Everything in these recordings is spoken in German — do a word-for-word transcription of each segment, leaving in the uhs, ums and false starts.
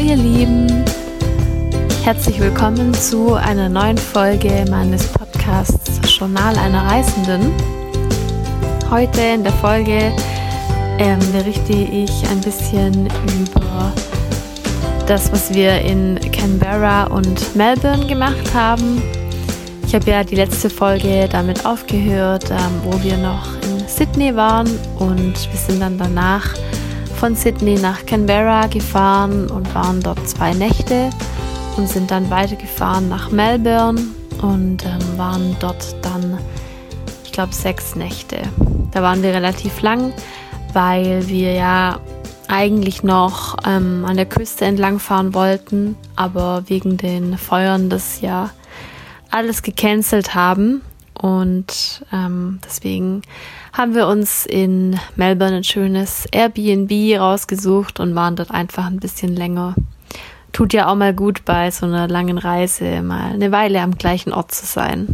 ihr Lieben, herzlich willkommen zu einer neuen Folge meines Podcasts Journal einer Reisenden. Heute in der Folge ähm, berichte ich ein bisschen über das, was wir in Canberra und Melbourne gemacht haben. Ich habe ja die letzte Folge damit aufgehört, ähm, wo wir noch in Sydney waren, und wir sind dann danach von Sydney nach Canberra gefahren und waren dort zwei Nächte und sind dann weitergefahren nach Melbourne und ähm, waren dort dann, ich glaube, sechs Nächte. Da waren wir relativ lang, weil wir ja eigentlich noch ähm, an der Küste entlang fahren wollten, aber wegen den Feuern das ja alles gecancelt haben, und ähm, deswegen haben wir uns in Melbourne ein schönes Airbnb rausgesucht und waren dort einfach ein bisschen länger. Tut ja auch mal gut, bei so einer langen Reise mal eine Weile am gleichen Ort zu sein.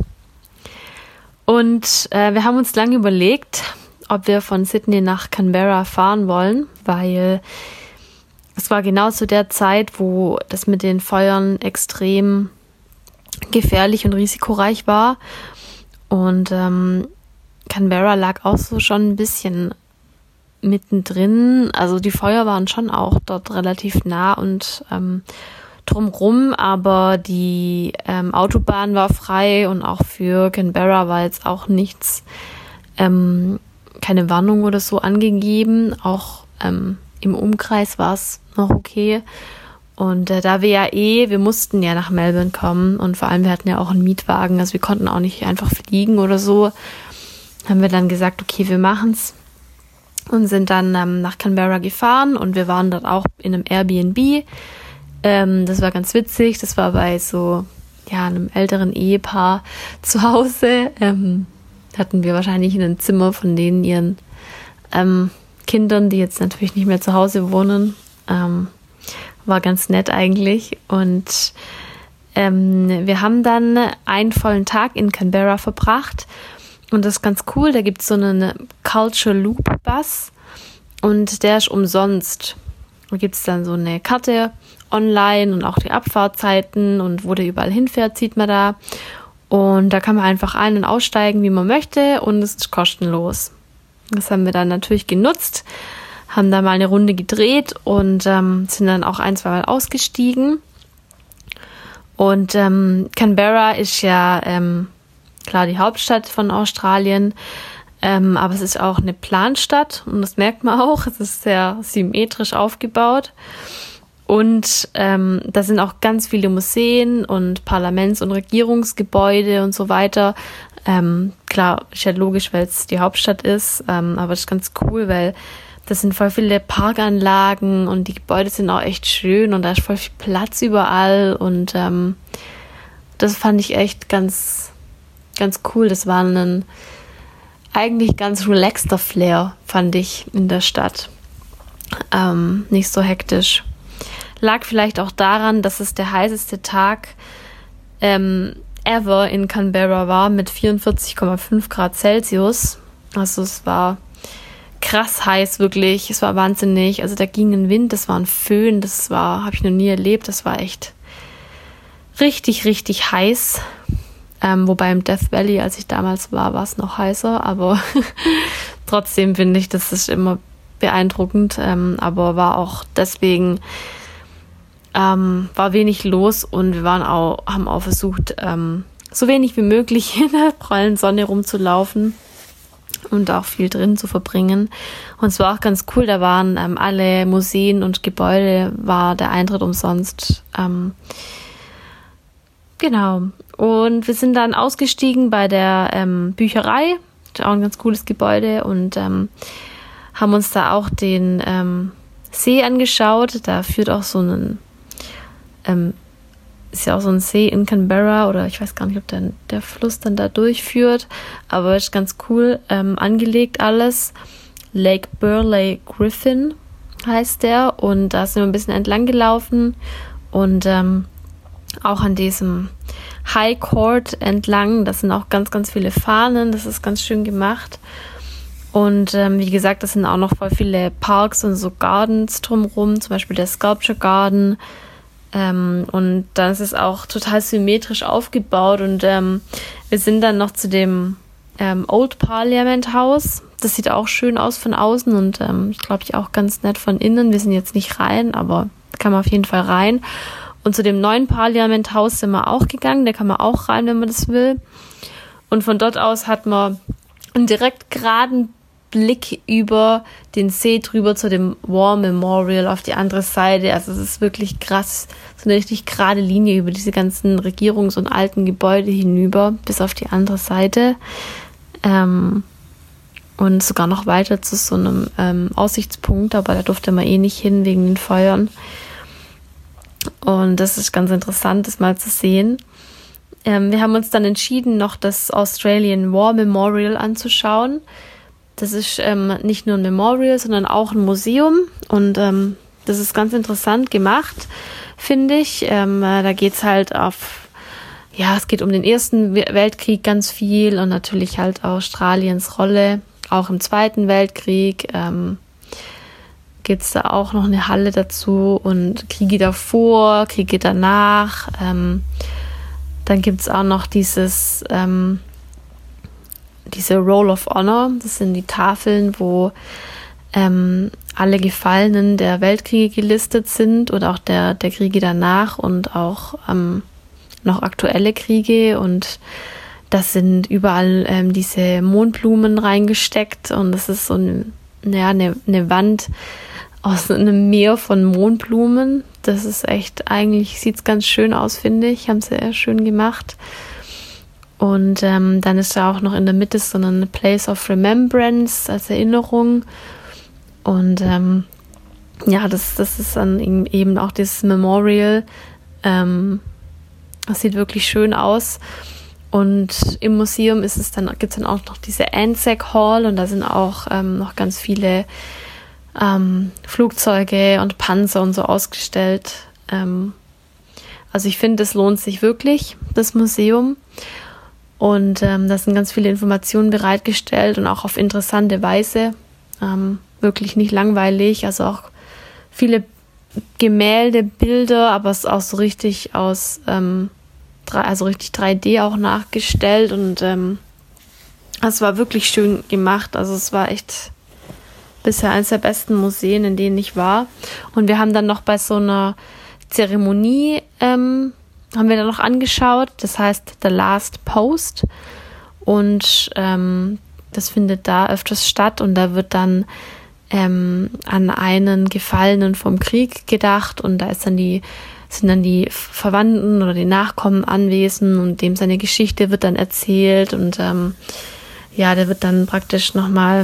Und äh, wir haben uns lange überlegt, ob wir von Sydney nach Canberra fahren wollen, weil es war genau zu der Zeit, wo das mit den Feuern extrem gefährlich und risikoreich war. Und ähm, Canberra lag auch so schon ein bisschen mittendrin. Also die Feuer waren schon auch dort relativ nah und ähm, drumrum, aber die ähm, Autobahn war frei und auch für Canberra war jetzt auch nichts, ähm, keine Warnung oder so angegeben. Auch ähm, im Umkreis war es noch okay. Und äh, da wir ja eh, wir mussten ja nach Melbourne kommen, und vor allem wir hatten ja auch einen Mietwagen, also wir konnten auch nicht einfach fliegen oder so, haben wir dann gesagt, okay, wir machen's, und sind dann ähm, nach Canberra gefahren, und wir waren dort auch in einem Airbnb. Ähm, das war ganz witzig, das war bei so ja einem älteren Ehepaar zu Hause. Ähm, hatten wir wahrscheinlich in einem Zimmer von denen ihren ähm, Kindern, die jetzt natürlich nicht mehr zu Hause wohnen. Ähm, War ganz nett eigentlich, und ähm, wir haben dann einen vollen Tag in Canberra verbracht, und das ist ganz cool. Da gibt es so einen Culture Loop Bus, und der ist umsonst. Da gibt es dann so eine Karte online und auch die Abfahrtzeiten, und wo der überall hinfährt, sieht man da, und da kann man einfach ein- und aussteigen, wie man möchte, und es ist kostenlos. Das haben wir dann natürlich genutzt, haben da mal eine Runde gedreht und ähm, sind dann auch ein, zwei Mal ausgestiegen. Und ähm, Canberra ist ja ähm, klar die Hauptstadt von Australien, ähm, aber es ist auch eine Planstadt, und das merkt man auch. Es ist sehr symmetrisch aufgebaut, und ähm, da sind auch ganz viele Museen und Parlaments- und Regierungsgebäude und so weiter. Ähm, klar, ist ja logisch, weil es die Hauptstadt ist, ähm, aber das ist ganz cool, weil das sind voll viele Parkanlagen, und die Gebäude sind auch echt schön, und da ist voll viel Platz überall, und ähm, das fand ich echt ganz, ganz cool. Das war ein eigentlich ganz relaxter Flair, fand ich, in der Stadt. Ähm, nicht so hektisch. Lag vielleicht auch daran, dass es der heißeste Tag ähm, ever in Canberra war, mit vierundvierzig Komma fünf Grad Celsius. Also es war krass heiß, wirklich. Es war wahnsinnig. Also da ging ein Wind, das war ein Föhn, das war, habe ich noch nie erlebt. Das war echt richtig, richtig heiß. Ähm, wobei im Death Valley, als ich damals war, war es noch heißer. Aber trotzdem finde ich, das ist immer beeindruckend. Ähm, aber war auch deswegen, ähm, war wenig los, und wir waren auch, haben auch versucht, ähm, so wenig wie möglich in der prallen Sonne rumzulaufen und auch viel drin zu verbringen. Und es war auch ganz cool, da waren ähm, alle Museen und Gebäude, war der Eintritt umsonst. Ähm, genau. Und wir sind dann ausgestiegen bei der ähm, Bücherei, das ist auch ein ganz cooles Gebäude, und ähm, haben uns da auch den ähm, See angeschaut. Da führt auch so ein ähm, ist ja auch so ein See in Canberra, oder ich weiß gar nicht, ob der, der Fluss dann da durchführt, aber ist ganz cool ähm, angelegt alles. Lake Burley Griffin heißt der, und da sind wir ein bisschen entlang gelaufen, und ähm, auch an diesem High Court entlang, das sind auch ganz, ganz viele Fahnen, das ist ganz schön gemacht. Und ähm, wie gesagt, das sind auch noch voll viele Parks und so Gardens drumherum, zum Beispiel der Sculpture Garden. Ähm, und dann ist es auch total symmetrisch aufgebaut. Und ähm, wir sind dann noch zu dem ähm, Old Parliament House. Das sieht auch schön aus von außen und ähm, ich glaube ich auch ganz nett von innen. Wir sind jetzt nicht rein, aber da kann man auf jeden Fall rein. Und zu dem neuen Parliament House sind wir auch gegangen. Da kann man auch rein, wenn man das will. Und von dort aus hat man einen direkt geraden Blick über den See drüber zu dem War Memorial auf die andere Seite. Also es ist wirklich krass, so eine richtig gerade Linie über diese ganzen Regierungs- und alten Gebäude hinüber bis auf die andere Seite. Ähm, und sogar noch weiter zu so einem ähm, Aussichtspunkt, aber da durfte man eh nicht hin wegen den Feuern. Und das ist ganz interessant, das mal zu sehen. Ähm, wir haben uns dann entschieden, noch das Australian War Memorial anzuschauen. Das ist ähm, nicht nur ein Memorial, sondern auch ein Museum. Und ähm, das ist ganz interessant gemacht, finde ich. Ähm, äh, da geht's halt auf, ja, es geht um den Ersten Weltkrieg ganz viel und natürlich halt Australiens Rolle, auch im Zweiten Weltkrieg. Ähm, gibt's da auch noch eine Halle dazu und Kriege davor, Kriege danach. Ähm, dann gibt's auch noch dieses... Ähm, diese Roll of Honor, das sind die Tafeln, wo ähm, alle Gefallenen der Weltkriege gelistet sind oder auch der, der Kriege danach und auch ähm, noch aktuelle Kriege und das sind überall ähm, diese Mondblumen reingesteckt und das ist so eine, ja, eine, eine Wand aus einem Meer von Mondblumen. Das ist echt, eigentlich sieht es ganz schön aus, finde ich, haben sie sehr schön gemacht. Und ähm, dann ist da auch noch in der Mitte so eine Place of Remembrance als Erinnerung. Und ähm, ja, das, das ist dann eben auch dieses Memorial. Ähm, das sieht wirklich schön aus. Und im Museum ist es dann, gibt es dann auch noch diese ANZAC Hall und da sind auch ähm, noch ganz viele ähm, Flugzeuge und Panzer und so ausgestellt. Ähm, also ich finde, es lohnt sich wirklich, das Museum. Und ähm, da sind ganz viele Informationen bereitgestellt und auch auf interessante Weise. Ähm, wirklich nicht langweilig. Also auch viele Gemälde, Bilder, aber es ist auch so richtig aus, ähm, drei, also richtig drei D auch nachgestellt. Und ähm, es war wirklich schön gemacht. Also es war echt bisher eines der besten Museen, in denen ich war. Und wir haben dann noch bei so einer Zeremonie ähm, haben wir dann noch angeschaut, das heißt The Last Post und ähm, das findet da öfters statt und da wird dann ähm, an einen Gefallenen vom Krieg gedacht und da ist dann die, sind dann die Verwandten oder die Nachkommen anwesend und dem seine Geschichte wird dann erzählt und ähm, ja, der wird dann praktisch nochmal,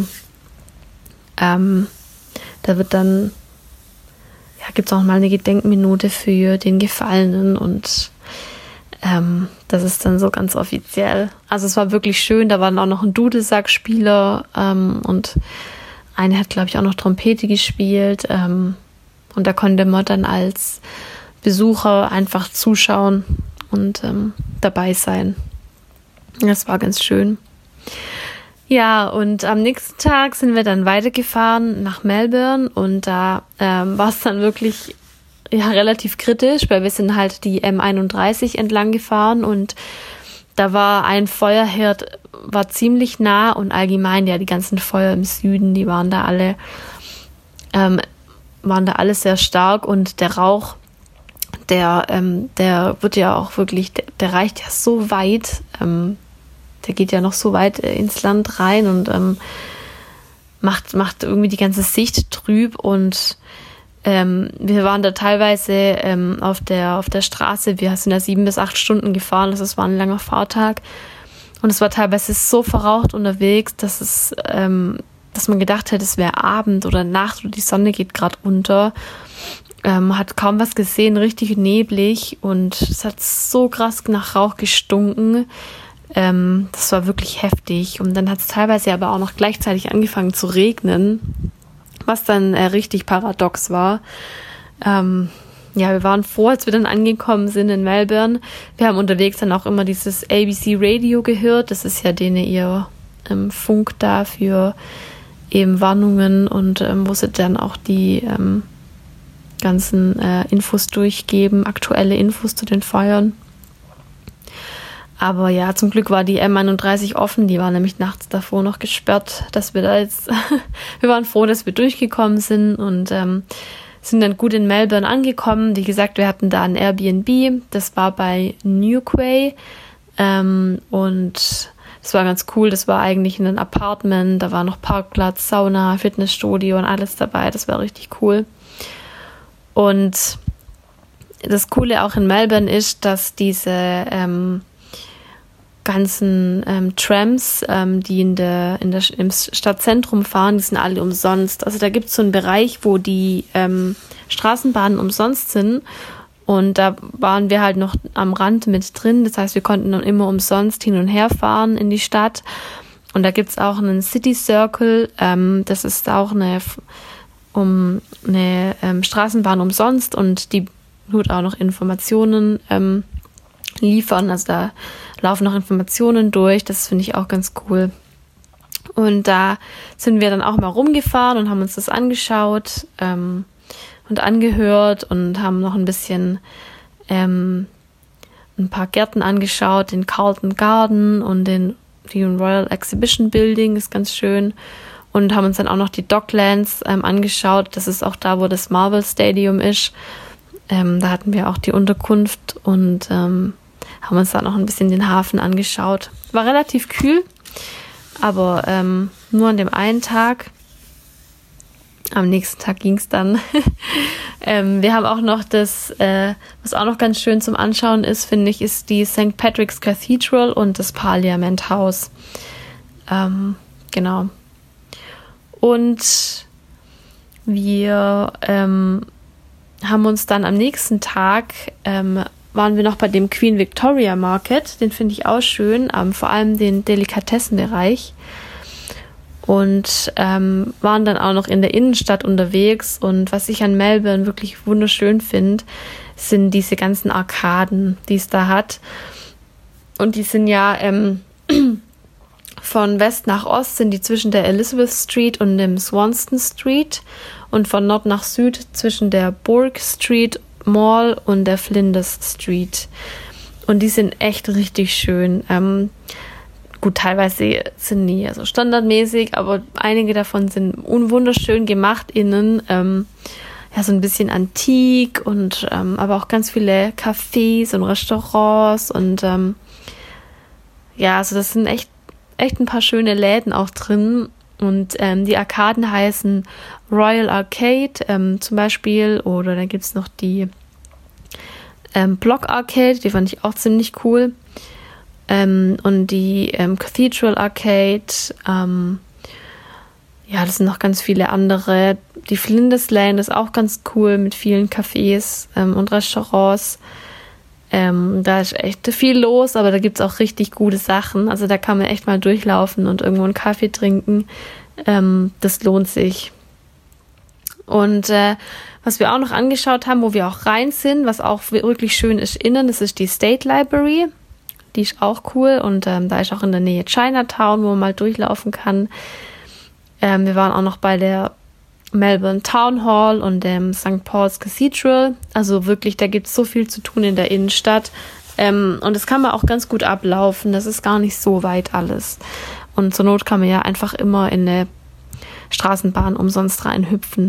ähm, da wird dann, ja, gibt es auch mal eine Gedenkminute für den Gefallenen und Ähm, das ist dann so ganz offiziell. Also es war wirklich schön, da waren auch noch ein Dudelsackspieler ähm, und eine hat, glaube ich, auch noch Trompete gespielt ähm, und da konnte man dann als Besucher einfach zuschauen und ähm, dabei sein. Das war ganz schön. Ja, und am nächsten Tag sind wir dann weitergefahren nach Melbourne und da ähm, war es dann wirklich ja relativ kritisch, weil wir sind halt die M einunddreißig entlang gefahren und da war ein Feuerherd, war ziemlich nah und allgemein ja die ganzen Feuer im Süden, die waren da alle ähm, waren da alle sehr stark und der Rauch, der ähm, der wird ja auch wirklich, der, der reicht ja so weit, ähm, der geht ja noch so weit äh, ins Land rein und ähm, macht macht irgendwie die ganze Sicht trüb und Ähm, wir waren da teilweise ähm, auf der auf der Straße, wir sind da sieben bis acht Stunden gefahren, also es war ein langer Fahrtag und es war teilweise so verraucht unterwegs, dass es, ähm, dass man gedacht hätte, es wäre Abend oder Nacht oder die Sonne geht gerade unter. Ähm, hat kaum was gesehen, richtig neblig und es hat so krass nach Rauch gestunken. Ähm, das war wirklich heftig und dann hat es teilweise aber auch noch gleichzeitig angefangen zu regnen. Was dann äh, richtig paradox war. Ähm, ja, wir waren froh, als wir dann angekommen sind in Melbourne. Wir haben unterwegs dann auch immer dieses A B C Radio gehört. Das ist ja denen ihr ähm, Funk da für eben Warnungen und ähm, wo sie dann auch die ähm, ganzen äh, Infos durchgeben, aktuelle Infos zu den Feuern. Aber ja, zum Glück war die M einunddreißig offen, die war nämlich nachts davor noch gesperrt, dass wir da jetzt, wir waren froh, dass wir durchgekommen sind und ähm, sind dann gut in Melbourne angekommen. Wie gesagt, wir hatten da ein Airbnb, das war bei New Quay ähm, und das war ganz cool, das war eigentlich in einem Apartment, da war noch Parkplatz, Sauna, Fitnessstudio und alles dabei, das war richtig cool. Und das Coole auch in Melbourne ist, dass diese ähm, ganzen ähm, Trams, ähm, die in der, in der, im Stadtzentrum fahren, die sind alle umsonst. Also da gibt es so einen Bereich, wo die ähm, Straßenbahnen umsonst sind und da waren wir halt noch am Rand mit drin. Das heißt, wir konnten dann immer umsonst hin und her fahren in die Stadt und da gibt es auch einen City Circle, ähm, das ist auch eine, um, eine ähm, Straßenbahn umsonst und die tut auch noch Informationen ähm, liefern, also da laufen noch Informationen durch, das finde ich auch ganz cool. Und da sind wir dann auch mal rumgefahren und haben uns das angeschaut ähm, und angehört und haben noch ein bisschen ähm, ein paar Gärten angeschaut, den Carlton Garden und den die Royal Exhibition Building ist ganz schön und haben uns dann auch noch die Docklands ähm, angeschaut, das ist auch da, wo das Marvel Stadium ist. Ähm, da hatten wir auch die Unterkunft und ähm, haben uns da noch ein bisschen den Hafen angeschaut. War relativ kühl, aber ähm, nur an dem einen Tag. Am nächsten Tag ging es dann. ähm, wir haben auch noch das, äh, was auch noch ganz schön zum Anschauen ist, finde ich, ist die Sankt Patrick's Cathedral und das Parliament House. Ähm, genau. Und wir ähm, haben uns dann am nächsten Tag ähm, waren wir noch bei dem Queen Victoria Market, den finde ich auch schön, ähm, vor allem den Delikatessenbereich und ähm, waren dann auch noch in der Innenstadt unterwegs und was ich an Melbourne wirklich wunderschön finde, sind diese ganzen Arkaden, die es da hat und die sind ja ähm, von West nach Ost sind die zwischen der Elizabeth Street und dem Swanston Street und von Nord nach Süd zwischen der Bourke Street Mall und der Flinders Street. Und die sind echt richtig schön. Ähm, gut, teilweise sind die also standardmäßig, aber einige davon sind wunderschön gemacht innen. Ähm, ja, so ein bisschen antik und ähm, aber auch ganz viele Cafés und Restaurants und ähm, ja, also das sind echt, echt ein paar schöne Läden auch drin. Und ähm, die Arkaden heißen Royal Arcade ähm, zum Beispiel oder dann gibt es noch die ähm, Block Arcade, die fand ich auch ziemlich cool ähm, und die ähm, Cathedral Arcade, ähm, ja, das sind noch ganz viele andere. Die Flinders Lane ist auch ganz cool mit vielen Cafés ähm, und Restaurants. Ähm, da ist echt viel los, aber da gibt es auch richtig gute Sachen. Also da kann man echt mal durchlaufen und irgendwo einen Kaffee trinken. Ähm, das lohnt sich. Und äh, was wir auch noch angeschaut haben, wo wir auch rein sind, was auch wirklich schön ist innen, das ist die State Library. Die ist auch cool und ähm, da ist auch in der Nähe Chinatown, wo man mal durchlaufen kann. Ähm, wir waren auch noch bei der Melbourne Town Hall und dem Sankt Paul's Cathedral. Also wirklich, da gibt es so viel zu tun in der Innenstadt. Ähm, und das kann man auch ganz gut ablaufen. Das ist gar nicht so weit alles. Und zur Not kann man ja einfach immer in eine Straßenbahn umsonst reinhüpfen.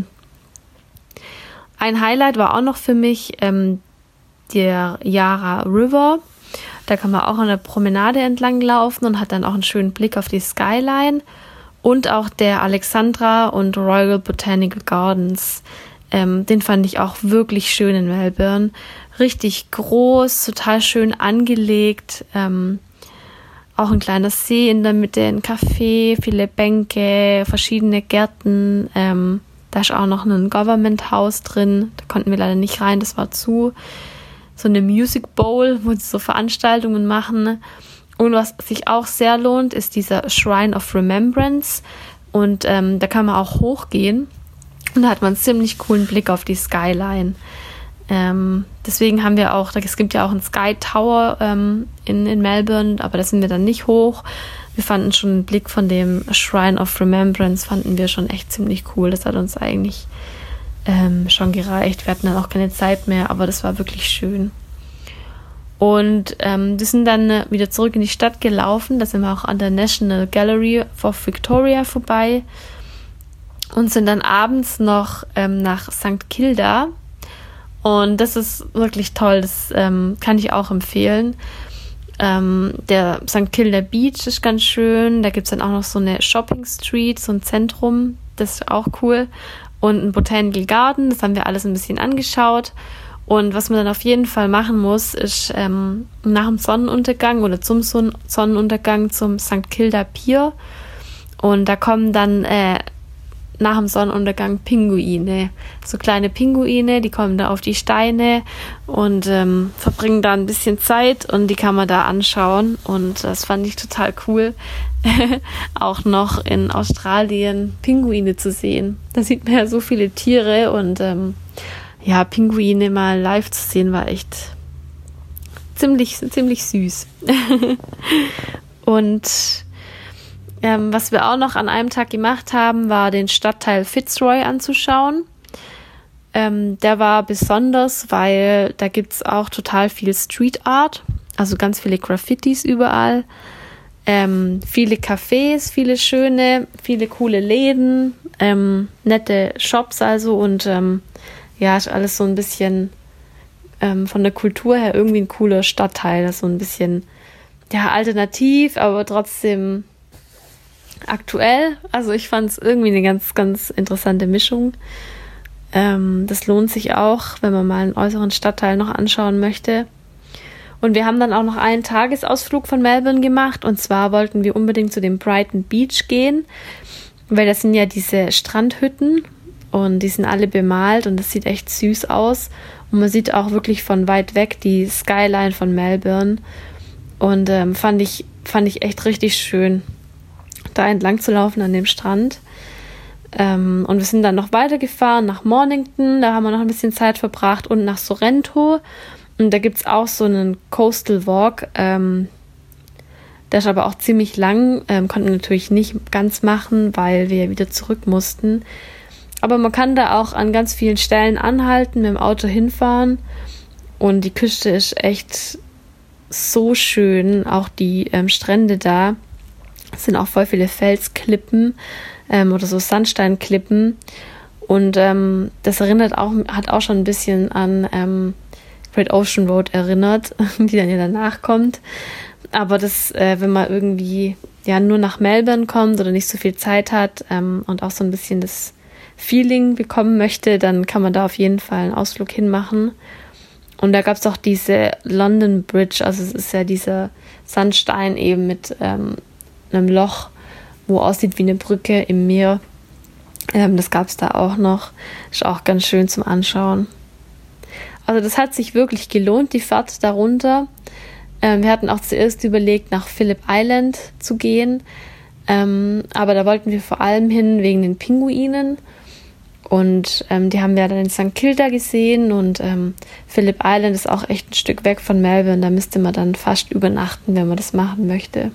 Ein Highlight war auch noch für mich ähm, der Yarra River. Da kann man auch an der Promenade entlang laufen und hat dann auch einen schönen Blick auf die Skyline. Und auch der Alexandra und Royal Botanical Gardens. Ähm, den fand ich auch wirklich schön in Melbourne. Richtig groß, total schön angelegt. Ähm, auch ein kleiner See in der Mitte, ein Café, viele Bänke, verschiedene Gärten. Ähm, da ist auch noch ein Government House drin. Da konnten wir leider nicht rein, das war zu. So eine Music Bowl, wo sie so Veranstaltungen machen. Und was sich auch sehr lohnt, ist dieser Shrine of Remembrance. Und ähm, da kann man auch hochgehen. Und da hat man einen ziemlich coolen Blick auf die Skyline. Ähm, deswegen haben wir auch, es gibt ja auch einen Sky Tower ähm, in, in Melbourne, aber da sind wir dann nicht hoch. wir fanden schon den Blick von dem Shrine of Remembrance, fanden wir schon echt ziemlich cool. Das hat uns eigentlich ähm, schon gereicht. Wir hatten dann auch keine Zeit mehr, aber das war wirklich schön. Und ähm, wir sind dann wieder zurück in die Stadt gelaufen. Da sind wir auch an der National Gallery of Victoria vorbei und sind dann abends noch ähm, nach Sankt Kilda. Und das ist wirklich toll. Das ähm, kann ich auch empfehlen. Ähm, der Sankt Kilda Beach ist ganz schön. Da gibt es dann auch noch so eine Shopping Street, so ein Zentrum. Das ist auch cool. Und ein Botanical Garden. Das haben wir alles ein bisschen angeschaut. Und was man dann auf jeden Fall machen muss, ist ähm, nach dem Sonnenuntergang oder zum Son- Sonnenuntergang zum Sankt Kilda Pier. Und da kommen dann äh, nach dem Sonnenuntergang Pinguine. So kleine Pinguine, die kommen da auf die Steine und ähm, verbringen da ein bisschen Zeit und die kann man da anschauen. Und das fand ich total cool, auch noch in Australien Pinguine zu sehen. Da sieht man ja so viele Tiere und ähm, ja, Pinguine mal live zu sehen, war echt ziemlich, ziemlich süß. Und ähm, was wir auch noch an einem Tag gemacht haben, war den Stadtteil Fitzroy anzuschauen. Ähm, der war besonders, weil da gibt es auch total viel Street Art, also ganz viele Graffitis überall. Ähm, viele Cafés, viele schöne, viele coole Läden, ähm, nette Shops also und ähm, ja, ist alles so ein bisschen ähm, von der Kultur her irgendwie ein cooler Stadtteil. Das ist so ein bisschen ja, alternativ, aber trotzdem aktuell. Also ich fand es irgendwie eine ganz, ganz interessante Mischung. Ähm, das lohnt sich auch, wenn man mal einen äußeren Stadtteil noch anschauen möchte. Und wir haben dann auch noch einen Tagesausflug von Melbourne gemacht. Und zwar wollten wir unbedingt zu dem Brighton Beach gehen, weil das sind ja diese Strandhütten und die sind alle bemalt und das sieht echt süß aus. Und man sieht auch wirklich von weit weg die Skyline von Melbourne. Und ähm, fand ich, fand ich echt richtig schön, da entlang zu laufen an dem Strand. Ähm, und wir sind dann noch weitergefahren nach Mornington, da haben wir noch ein bisschen Zeit verbracht und nach Sorrento. Und da gibt es auch so einen Coastal Walk, ähm, der ist aber auch ziemlich lang, ähm, konnten wir natürlich nicht ganz machen, weil wir wieder zurück mussten. Aber man kann da auch an ganz vielen Stellen anhalten, mit dem Auto hinfahren und die Küste ist echt so schön, auch die ähm, Strände da. Es sind auch voll viele Felsklippen ähm, oder so Sandsteinklippen und ähm, das erinnert auch, hat auch schon ein bisschen an ähm, Great Ocean Road erinnert, die dann ja danach kommt. Aber das, äh, wenn man irgendwie ja nur nach Melbourne kommt oder nicht so viel Zeit hat ähm, und auch so ein bisschen das Feeling bekommen möchte, dann kann man da auf jeden Fall einen Ausflug hinmachen. Und da gab es auch diese London Bridge, also es ist ja dieser Sandstein eben mit ähm, einem Loch, wo aussieht wie eine Brücke im Meer. Ähm, das gab es da auch noch. Ist auch ganz schön zum Anschauen. Also das hat sich wirklich gelohnt, die Fahrt darunter. Ähm, wir hatten auch zuerst überlegt, nach Phillip Island zu gehen. Ähm, aber da wollten wir vor allem hin wegen den Pinguinen. Und ähm, die haben wir dann in Sankt Kilda gesehen und ähm, Phillip Island ist auch echt ein Stück weg von Melbourne. Da müsste man dann fast übernachten, wenn man das machen möchte.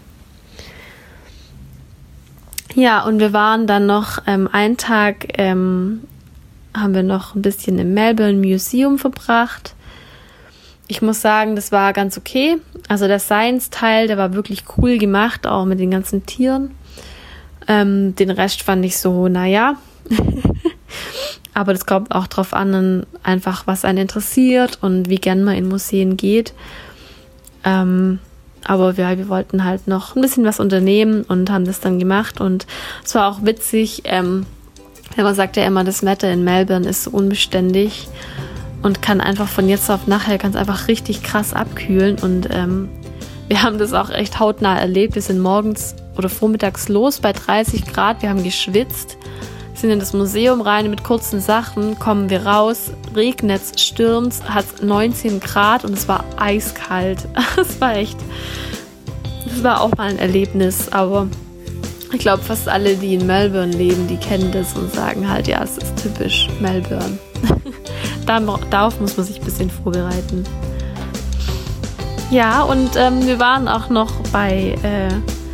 Ja, und wir waren dann noch ähm, einen Tag, ähm, haben wir noch ein bisschen im Melbourne Museum verbracht. Ich muss sagen, das war ganz okay. Also der Science-Teil, der war wirklich cool gemacht, auch mit den ganzen Tieren. Ähm, den Rest fand ich so, naja. Aber das kommt auch drauf an, einfach was einen interessiert und wie gern man in Museen geht. Ähm, aber wir, wir wollten halt noch ein bisschen was unternehmen und haben das dann gemacht. Und es war auch witzig, ähm, man sagt ja immer, das Wetter in Melbourne ist so unbeständig und kann einfach von jetzt auf nachher ganz einfach richtig krass abkühlen. Und ähm, wir haben das auch echt hautnah erlebt. Wir sind morgens oder vormittags los bei dreißig Grad. Wir haben geschwitzt, sind in das Museum rein mit kurzen Sachen, kommen wir raus, regnet's, stürmt's, hat's neunzehn Grad und es war eiskalt. Es war echt, das war auch mal ein Erlebnis, aber ich glaube, fast alle, die in Melbourne leben, die kennen das und sagen halt, ja, es ist typisch Melbourne. Darauf muss man sich ein bisschen vorbereiten. Ja, und ähm, wir waren auch noch bei äh,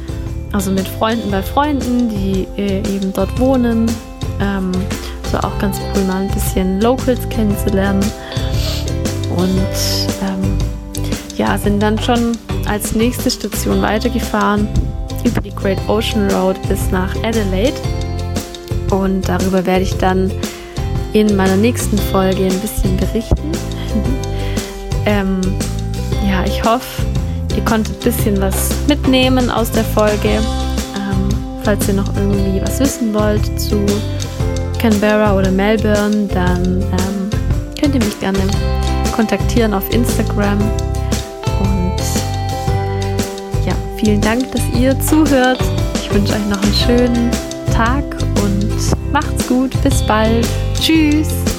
also mit Freunden bei Freunden, die äh, eben dort wohnen. Ähm, so auch ganz cool, mal ein bisschen Locals kennenzulernen. Und ähm, ja, sind dann schon als nächste Station weitergefahren über die Great Ocean Road bis nach Adelaide. Und darüber werde ich dann in meiner nächsten Folge ein bisschen berichten. ähm, ja, ich hoffe, ihr konntet ein bisschen was mitnehmen aus der Folge. Ähm, falls ihr noch irgendwie was wissen wollt zu Canberra oder Melbourne, dann ähm, könnt ihr mich gerne kontaktieren auf Instagram. Und ja, vielen Dank, dass ihr zuhört. Ich wünsche euch noch einen schönen Tag und macht's gut. Bis bald. Tschüss.